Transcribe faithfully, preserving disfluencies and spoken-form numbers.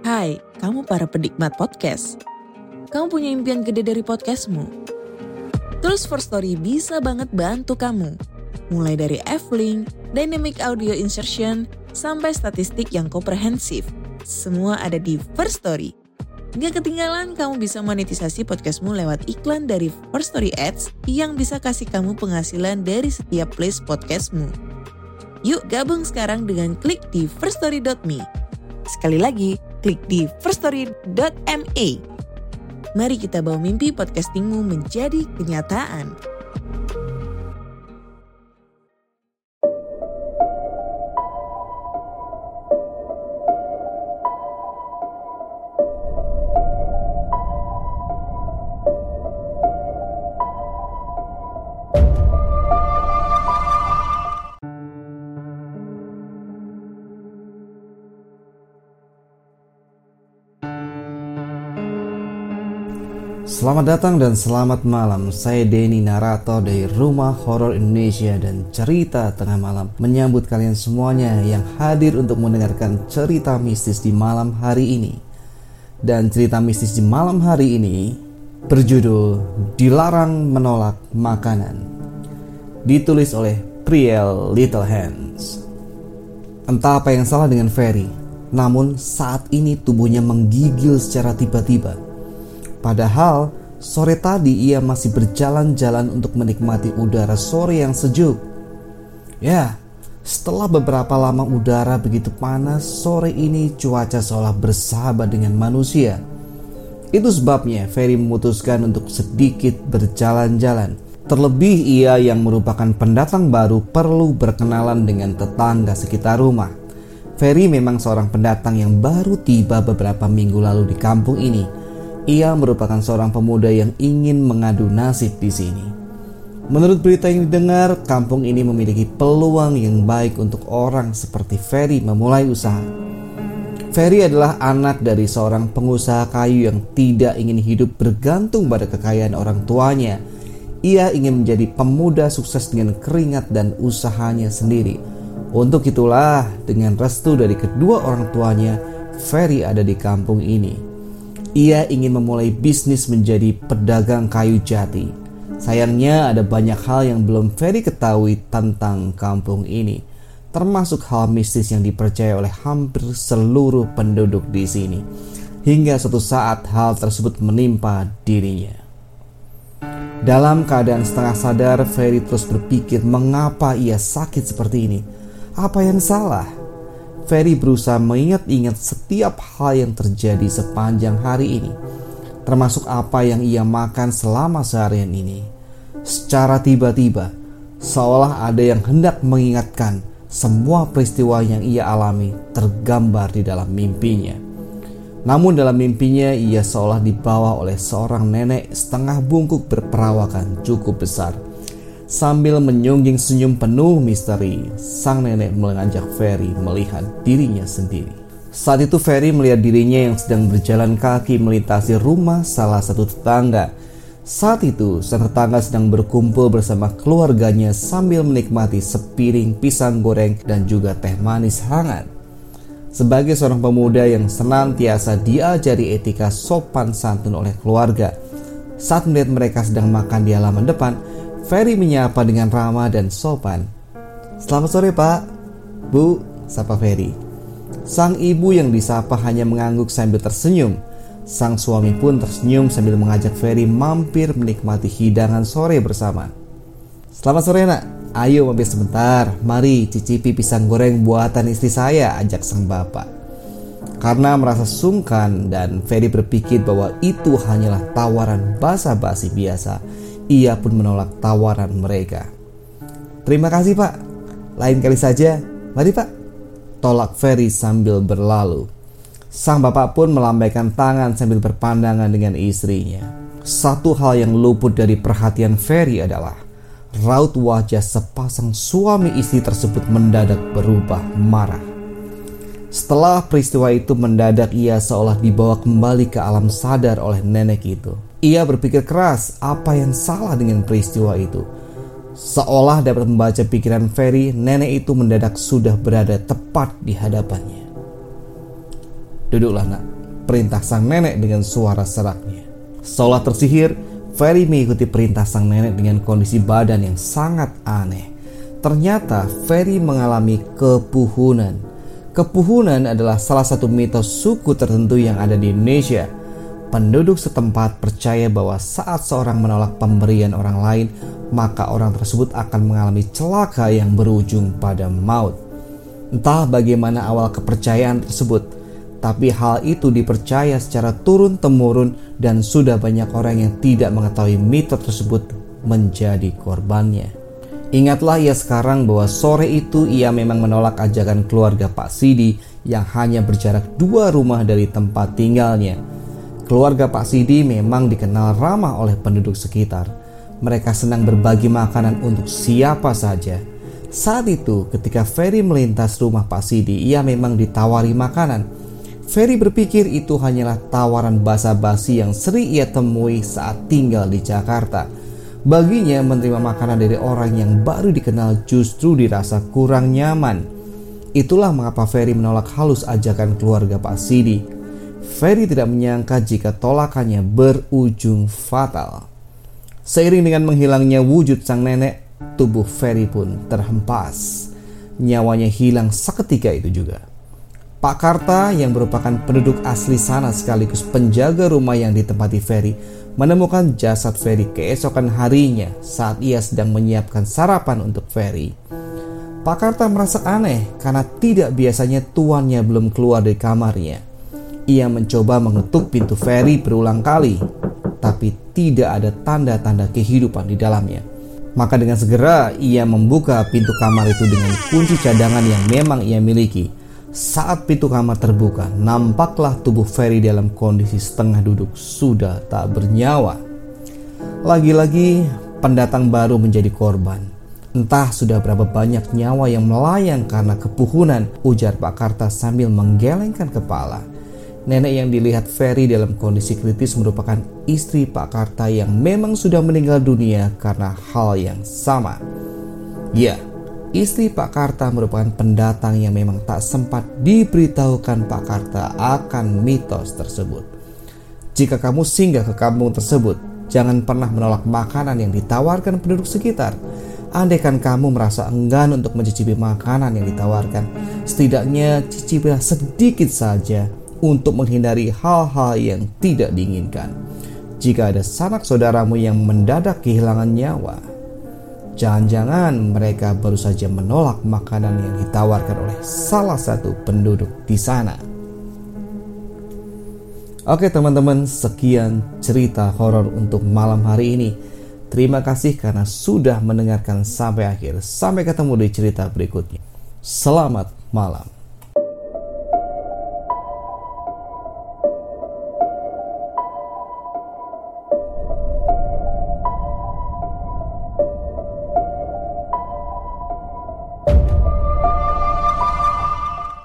Hai, kamu para penikmat podcast. Kamu punya impian gede dari podcastmu? Terus First Story bisa banget bantu kamu. Mulai dari F-Link, Dynamic Audio Insertion, sampai statistik yang komprehensif. Semua ada di First Story. Gak ketinggalan kamu bisa monetisasi podcastmu lewat iklan dari First Story Ads yang bisa kasih kamu penghasilan dari setiap place podcastmu. Yuk gabung sekarang dengan klik di first story dot me. Sekali lagi, klik di first story dot me. Mari kita bawa mimpi podcastingmu menjadi kenyataan. Selamat datang dan selamat malam. Saya Denny, narator dari Rumah Horor Indonesia dan Cerita Tengah Malam, menyambut kalian semuanya yang hadir untuk mendengarkan cerita mistis di malam hari ini. Dan cerita mistis di malam hari ini berjudul Dilarang Menolak Makanan, ditulis oleh Priel Little Hands. Entah apa yang salah dengan Ferry, namun saat ini tubuhnya menggigil secara tiba-tiba. Padahal sore tadi ia masih berjalan-jalan untuk menikmati udara sore yang sejuk. Ya, setelah beberapa lama udara begitu panas, sore ini cuaca seolah bersahabat dengan manusia. Itu sebabnya Ferry memutuskan untuk sedikit berjalan-jalan. Terlebih ia yang merupakan pendatang baru perlu berkenalan dengan tetangga sekitar rumah. Ferry memang seorang pendatang yang baru tiba beberapa minggu lalu di kampung ini. Ia merupakan seorang pemuda yang ingin mengadu nasib di sini. Menurut berita yang didengar, kampung ini memiliki peluang yang baik untuk orang seperti Ferry memulai usaha. Ferry adalah anak dari seorang pengusaha kayu yang tidak ingin hidup bergantung pada kekayaan orang tuanya. Ia ingin menjadi pemuda sukses dengan keringat dan usahanya sendiri. Untuk itulah, dengan restu dari kedua orang tuanya, Ferry ada di kampung ini. Ia ingin memulai bisnis menjadi pedagang kayu jati. Sayangnya ada banyak hal yang belum Ferry ketahui tentang kampung ini, termasuk hal mistis yang dipercaya oleh hampir seluruh penduduk di sini. Hingga suatu saat hal tersebut menimpa dirinya. Dalam keadaan setengah sadar, Ferry terus berpikir mengapa ia sakit seperti ini. Apa yang salah? Ferry berusaha mengingat-ingat setiap hal yang terjadi sepanjang hari ini, termasuk apa yang ia makan selama seharian ini. Secara tiba-tiba, seolah ada yang hendak mengingatkan semua peristiwa yang ia alami tergambar di dalam mimpinya. Namun dalam mimpinya ia seolah dibawa oleh seorang nenek setengah bungkuk berperawakan cukup besar. Sambil menyungging senyum penuh misteri, sang nenek mengajak Ferry melihat dirinya sendiri. Saat itu Ferry melihat dirinya yang sedang berjalan kaki melintasi rumah salah satu tetangga. Saat itu sang tetangga sedang berkumpul bersama keluarganya sambil menikmati sepiring pisang goreng dan juga teh manis hangat. Sebagai seorang pemuda yang senantiasa diajari etika sopan santun oleh keluarga, saat melihat mereka sedang makan di halaman depan, Ferry menyapa dengan ramah dan sopan. "Selamat sore Pak, Bu," sapa Ferry. Sang ibu yang disapa hanya mengangguk sambil tersenyum. Sang suami pun tersenyum sambil mengajak Ferry mampir menikmati hidangan sore bersama. "Selamat sore nak, ayo mampir sebentar, mari cicipi pisang goreng buatan istri saya," ajak sang bapak. Karena merasa sungkan dan Ferry berpikir bahwa itu hanyalah tawaran basa-basi biasa, ia pun menolak tawaran mereka. "Terima kasih Pak, lain kali saja, mari Pak," tolak Ferry sambil berlalu. Sang bapak pun melambaikan tangan sambil berpandangan dengan istrinya. Satu hal yang luput dari perhatian Ferry adalah raut wajah sepasang suami istri tersebut mendadak berubah marah. Setelah peristiwa itu mendadak ia seolah dibawa kembali ke alam sadar oleh nenek itu. Ia berpikir keras apa yang salah dengan peristiwa itu. Seolah dapat membaca pikiran Ferry, nenek itu mendadak sudah berada tepat di hadapannya. "Duduklah nak," perintah sang nenek dengan suara seraknya. Seolah tersihir, Ferry mengikuti perintah sang nenek dengan kondisi badan yang sangat aneh. Ternyata Ferry mengalami kepuhunan. Kepuhunan adalah salah satu mitos suku tertentu yang ada di Indonesia. Penduduk setempat percaya bahwa saat seorang menolak pemberian orang lain, maka orang tersebut akan mengalami celaka yang berujung pada maut. Entah bagaimana awal kepercayaan tersebut, tapi hal itu dipercaya secara turun-temurun dan sudah banyak orang yang tidak mengetahui mitos tersebut menjadi korbannya. Ingatlah ia sekarang bahwa sore itu ia memang menolak ajakan keluarga Pak Sidi yang hanya berjarak dua rumah dari tempat tinggalnya. Keluarga Pak Sidi memang dikenal ramah oleh penduduk sekitar. Mereka senang berbagi makanan untuk siapa saja. Saat itu ketika Ferry melintas rumah Pak Sidi, ia memang ditawari makanan. Ferry berpikir itu hanyalah tawaran basa-basi yang sering ia temui saat tinggal di Jakarta. Baginya menerima makanan dari orang yang baru dikenal justru dirasa kurang nyaman. Itulah mengapa Ferry menolak halus ajakan keluarga Pak Sidi. Ferry tidak menyangka jika tolakannya berujung fatal. Seiring dengan menghilangnya wujud sang nenek, tubuh Ferry pun terhempas. Nyawanya hilang seketika itu juga. Pak Karta yang merupakan penduduk asli sana sekaligus penjaga rumah yang ditempati Ferry menemukan jasad Ferry keesokan harinya saat ia sedang menyiapkan sarapan untuk Ferry. Pak Karta merasa aneh karena tidak biasanya tuannya belum keluar dari kamarnya. Ia mencoba mengetuk pintu Ferry berulang kali, tapi tidak ada tanda-tanda kehidupan di dalamnya. Maka dengan segera ia membuka pintu kamar itu dengan kunci cadangan yang memang ia miliki. Saat pintu kamar terbuka, nampaklah tubuh Ferry dalam kondisi setengah duduk sudah tak bernyawa. Lagi-lagi pendatang baru menjadi korban. Entah sudah berapa banyak nyawa yang melayang karena kepuhunan, ujar Pak Karta sambil menggelengkan kepala. Nenek yang dilihat Ferry dalam kondisi kritis merupakan istri Pak Karta yang memang sudah meninggal dunia karena hal yang sama. Ya, istri Pak Karta merupakan pendatang yang memang tak sempat diberitahukan Pak Karta akan mitos tersebut. Jika kamu singgah ke kampung tersebut, jangan pernah menolak makanan yang ditawarkan penduduk sekitar. Andaikan kamu merasa enggan untuk mencicipi makanan yang ditawarkan, setidaknya cicipilah sedikit saja untuk menghindari hal-hal yang tidak diinginkan. Jika ada sanak saudaramu yang mendadak kehilangan nyawa, jangan-jangan mereka baru saja menolak makanan yang ditawarkan oleh salah satu penduduk di sana. Oke teman-teman, sekian cerita horor untuk malam hari ini. Terima kasih karena sudah mendengarkan sampai akhir. Sampai ketemu di cerita berikutnya. Selamat malam.